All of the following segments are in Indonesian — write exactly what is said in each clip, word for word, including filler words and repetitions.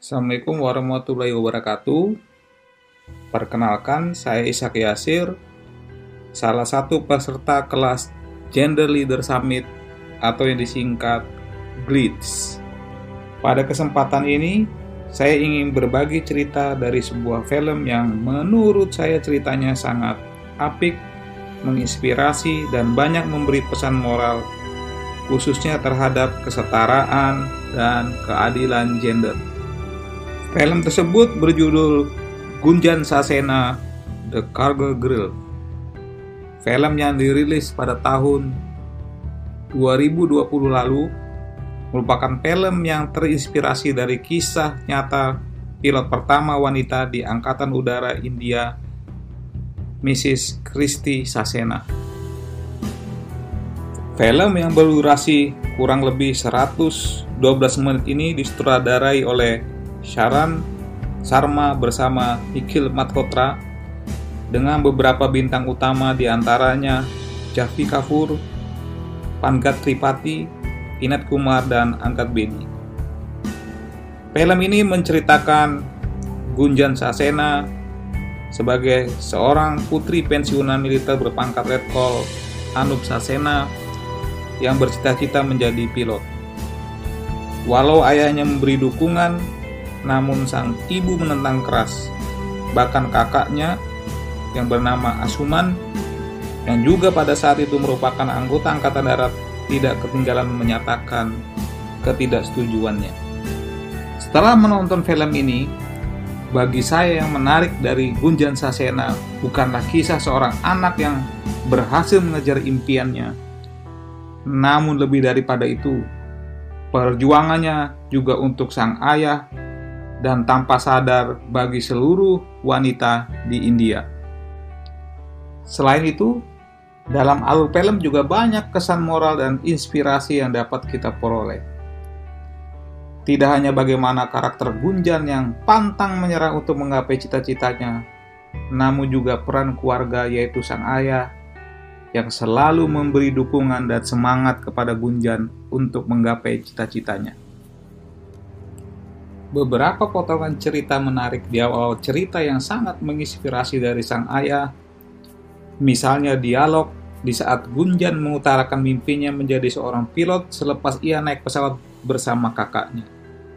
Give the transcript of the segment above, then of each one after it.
Assalamualaikum warahmatullahi wabarakatuh. Perkenalkan, saya Ishak Yasir, salah satu peserta kelas Gender Leader Summit atau yang disingkat GLEADS. Pada kesempatan ini, saya ingin berbagi cerita dari sebuah film yang menurut saya ceritanya sangat apik, menginspirasi, dan banyak memberi pesan moral, khususnya terhadap kesetaraan dan keadilan gender. Film tersebut berjudul Gunjan Sasena, The Cargo Girl. Film yang dirilis pada tahun dua ribu dua puluh lalu merupakan film yang terinspirasi dari kisah nyata pilot pertama wanita di Angkatan Udara India, Missus Kriti Sasena. Film yang berdurasi kurang lebih seratus dua belas menit ini disutradarai oleh Sharan Sharma bersama Nikhil Malhotra dengan beberapa bintang utama diantaranya Janhvi Kapoor, Pankaj Tripathi, Vinod Kumar, dan Angad Bedi. Film ini menceritakan Gunjan Sasena sebagai seorang putri pensiunan militer berpangkat Letkol Anup Sasena yang bercita-cita menjadi pilot. Walau ayahnya memberi dukungan, namun sang ibu menentang keras. Bahkan kakaknya yang bernama Asuman, yang juga pada saat itu merupakan anggota Angkatan Darat, tidak ketinggalan menyatakan ketidaksetujuannya. Setelah menonton film ini, bagi saya yang menarik dari Gunjan Sasena bukanlah kisah seorang anak yang berhasil mengejar impiannya, namun lebih daripada itu, perjuangannya juga untuk sang ayah dan tanpa sadar bagi seluruh wanita di India. Selain itu, dalam alur film juga banyak kesan moral dan inspirasi yang dapat kita peroleh. Tidak hanya bagaimana karakter Gunjan yang pantang menyerah untuk menggapai cita-citanya, namun juga peran keluarga yaitu sang ayah yang selalu memberi dukungan dan semangat kepada Gunjan untuk menggapai cita-citanya. Beberapa potongan cerita menarik di awal cerita yang sangat menginspirasi dari sang ayah. Misalnya dialog di saat Gunjan mengutarakan mimpinya menjadi seorang pilot selepas ia naik pesawat bersama kakaknya.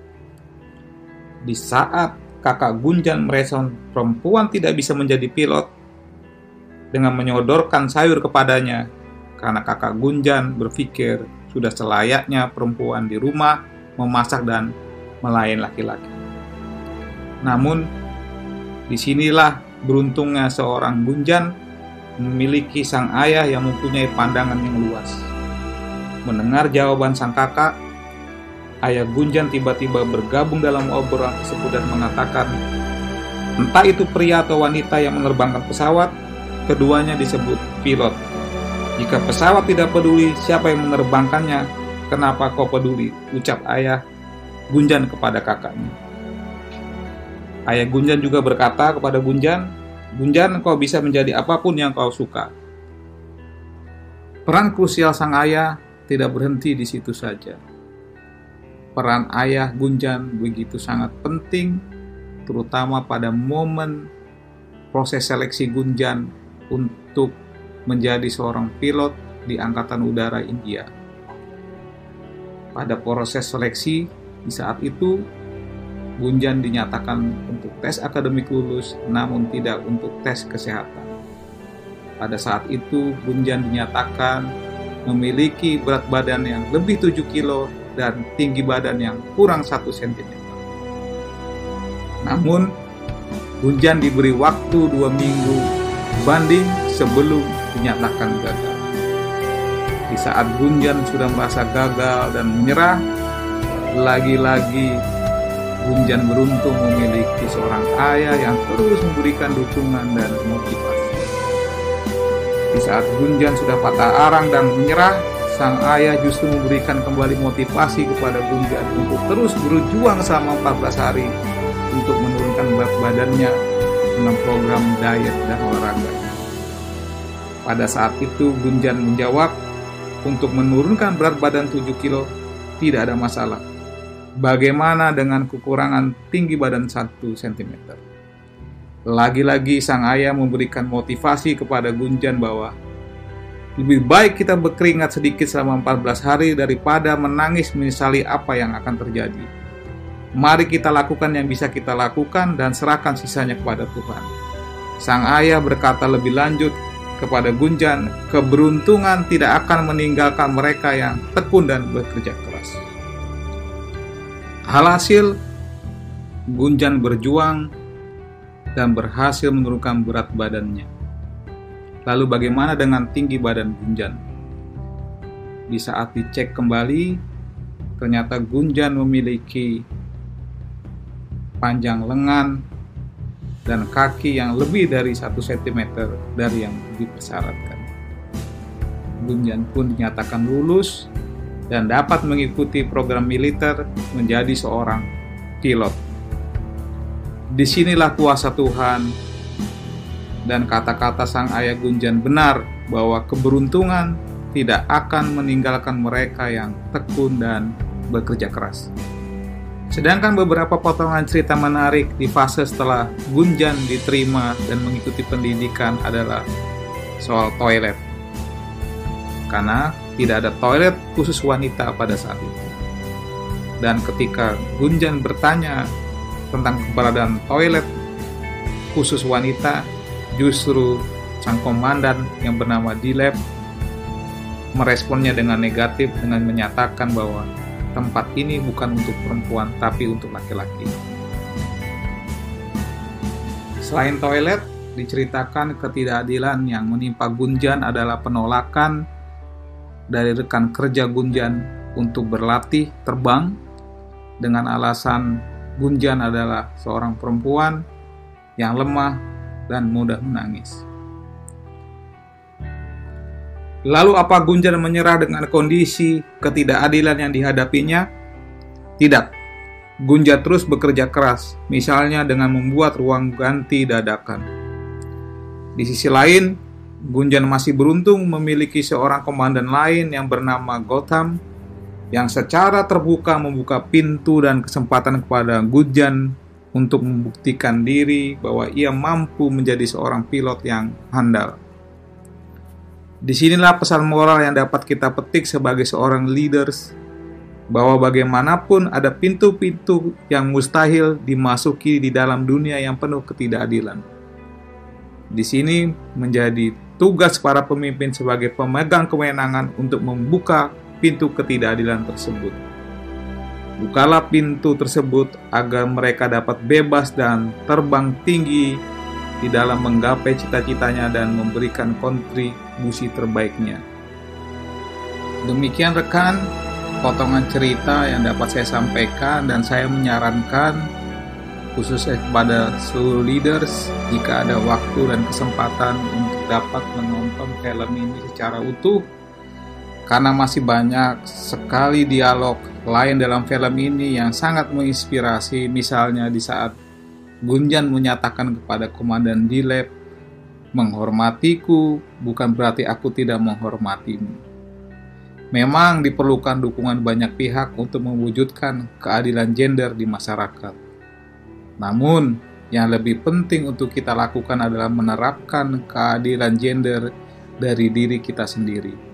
Di saat kakak Gunjan merespon perempuan tidak bisa menjadi pilot dengan menyodorkan sayur kepadanya, karena kakak Gunjan berpikir sudah selayaknya perempuan di rumah memasak dan melayan laki-laki. Namun, disinilah beruntungnya seorang Gunjan memiliki sang ayah yang mempunyai pandangan yang luas. Mendengar jawaban sang kakak, ayah Gunjan tiba-tiba bergabung dalam obrolan tersebut dan mengatakan, entah itu pria atau wanita yang menerbangkan pesawat, keduanya disebut pilot. Jika pesawat tidak peduli siapa yang menerbangkannya, kenapa kau peduli? Ucap ayah Gunjan kepada kakaknya. Ayah Gunjan juga berkata kepada Gunjan, Gunjan, kau bisa menjadi apapun yang kau suka. Peran krusial sang ayah tidak berhenti di situ saja. Peran ayah Gunjan begitu sangat penting, terutama pada momen proses seleksi Gunjan untuk menjadi seorang pilot di Angkatan Udara India. Pada proses seleksi, di saat itu, Gunjan dinyatakan untuk tes akademik lulus, namun tidak untuk tes kesehatan. Pada saat itu, Gunjan dinyatakan memiliki berat badan yang lebih tujuh kilo dan tinggi badan yang kurang satu sentimeter. Namun, Gunjan diberi waktu dua minggu banding sebelum dinyatakan gagal. Di saat Gunjan sudah merasa gagal dan menyerah, lagi-lagi Gunjan beruntung memiliki seorang ayah yang terus memberikan dukungan dan motivasi. Di saat Gunjan sudah patah arang dan menyerah, sang ayah justru memberikan kembali motivasi kepada Gunjan untuk terus berjuang selama empat belas hari untuk menurunkan berat badannya dengan program diet dan olahraga. Pada saat itu Gunjan menjawab, untuk menurunkan berat badan tujuh kilo tidak ada masalah. Bagaimana dengan kekurangan tinggi badan satu sentimeter? Lagi-lagi sang ayah memberikan motivasi kepada Gunjan bahwa lebih baik kita berkeringat sedikit selama empat belas hari daripada menangis menyesali apa yang akan terjadi. Mari kita lakukan yang bisa kita lakukan dan serahkan sisanya kepada Tuhan. Sang ayah berkata lebih lanjut kepada Gunjan, keberuntungan tidak akan meninggalkan mereka yang tekun dan bekerja keras. Alhasil, Gunjan berjuang dan berhasil menurunkan berat badannya. Lalu bagaimana dengan tinggi badan Gunjan? Di saat dicek kembali, ternyata Gunjan memiliki panjang lengan dan kaki yang lebih dari satu sentimeter dari yang dipersyaratkan. Gunjan pun dinyatakan lulus dan dapat mengikuti program militer menjadi seorang pilot. Disinilah kuasa Tuhan dan kata-kata sang ayah Gunjan benar bahwa keberuntungan tidak akan meninggalkan mereka yang tekun dan bekerja keras. Sedangkan beberapa potongan cerita menarik di fase setelah Gunjan diterima dan mengikuti pendidikan adalah soal toilet. Karena tidak ada toilet khusus wanita pada saat itu. Dan ketika Gunjan bertanya tentang keberadaan toilet khusus wanita, justru sang komandan yang bernama Dilep meresponnya dengan negatif dengan menyatakan bahwa tempat ini bukan untuk perempuan tapi untuk laki-laki. Selain toilet, diceritakan ketidakadilan yang menimpa Gunjan adalah penolakan dari rekan kerja Gunjan untuk berlatih terbang dengan alasan Gunjan adalah seorang perempuan yang lemah dan mudah menangis. Lalu apa Gunjan menyerah dengan kondisi ketidakadilan yang dihadapinya? Tidak. Gunjan terus bekerja keras, misalnya dengan membuat ruang ganti dadakan. Di sisi lain, Gunjan masih beruntung memiliki seorang komandan lain yang bernama Gautam yang secara terbuka membuka pintu dan kesempatan kepada Gunjan untuk membuktikan diri bahwa ia mampu menjadi seorang pilot yang handal. Disinilah pesan moral yang dapat kita petik sebagai seorang leaders, bahwa bagaimanapun ada pintu-pintu yang mustahil dimasuki di dalam dunia yang penuh ketidakadilan. Di sini menjadi tugas para pemimpin sebagai pemegang kewenangan untuk membuka pintu ketidakadilan tersebut. Bukalah pintu tersebut agar mereka dapat bebas dan terbang tinggi di dalam menggapai cita-citanya dan memberikan kontribusi terbaiknya. Demikian rekan, potongan cerita yang dapat saya sampaikan, dan saya menyarankan khususnya kepada seluruh leaders jika ada waktu dan kesempatan untuk dapat menonton film ini secara utuh, karena masih banyak sekali dialog lain dalam film ini yang sangat menginspirasi. Misalnya di saat Gunjan menyatakan kepada Komandan Dilep, menghormatiku bukan berarti aku tidak menghormatimu. Memang diperlukan dukungan banyak pihak untuk mewujudkan keadilan gender di masyarakat. Namun, yang lebih penting untuk kita lakukan adalah menerapkan keadilan gender dari diri kita sendiri.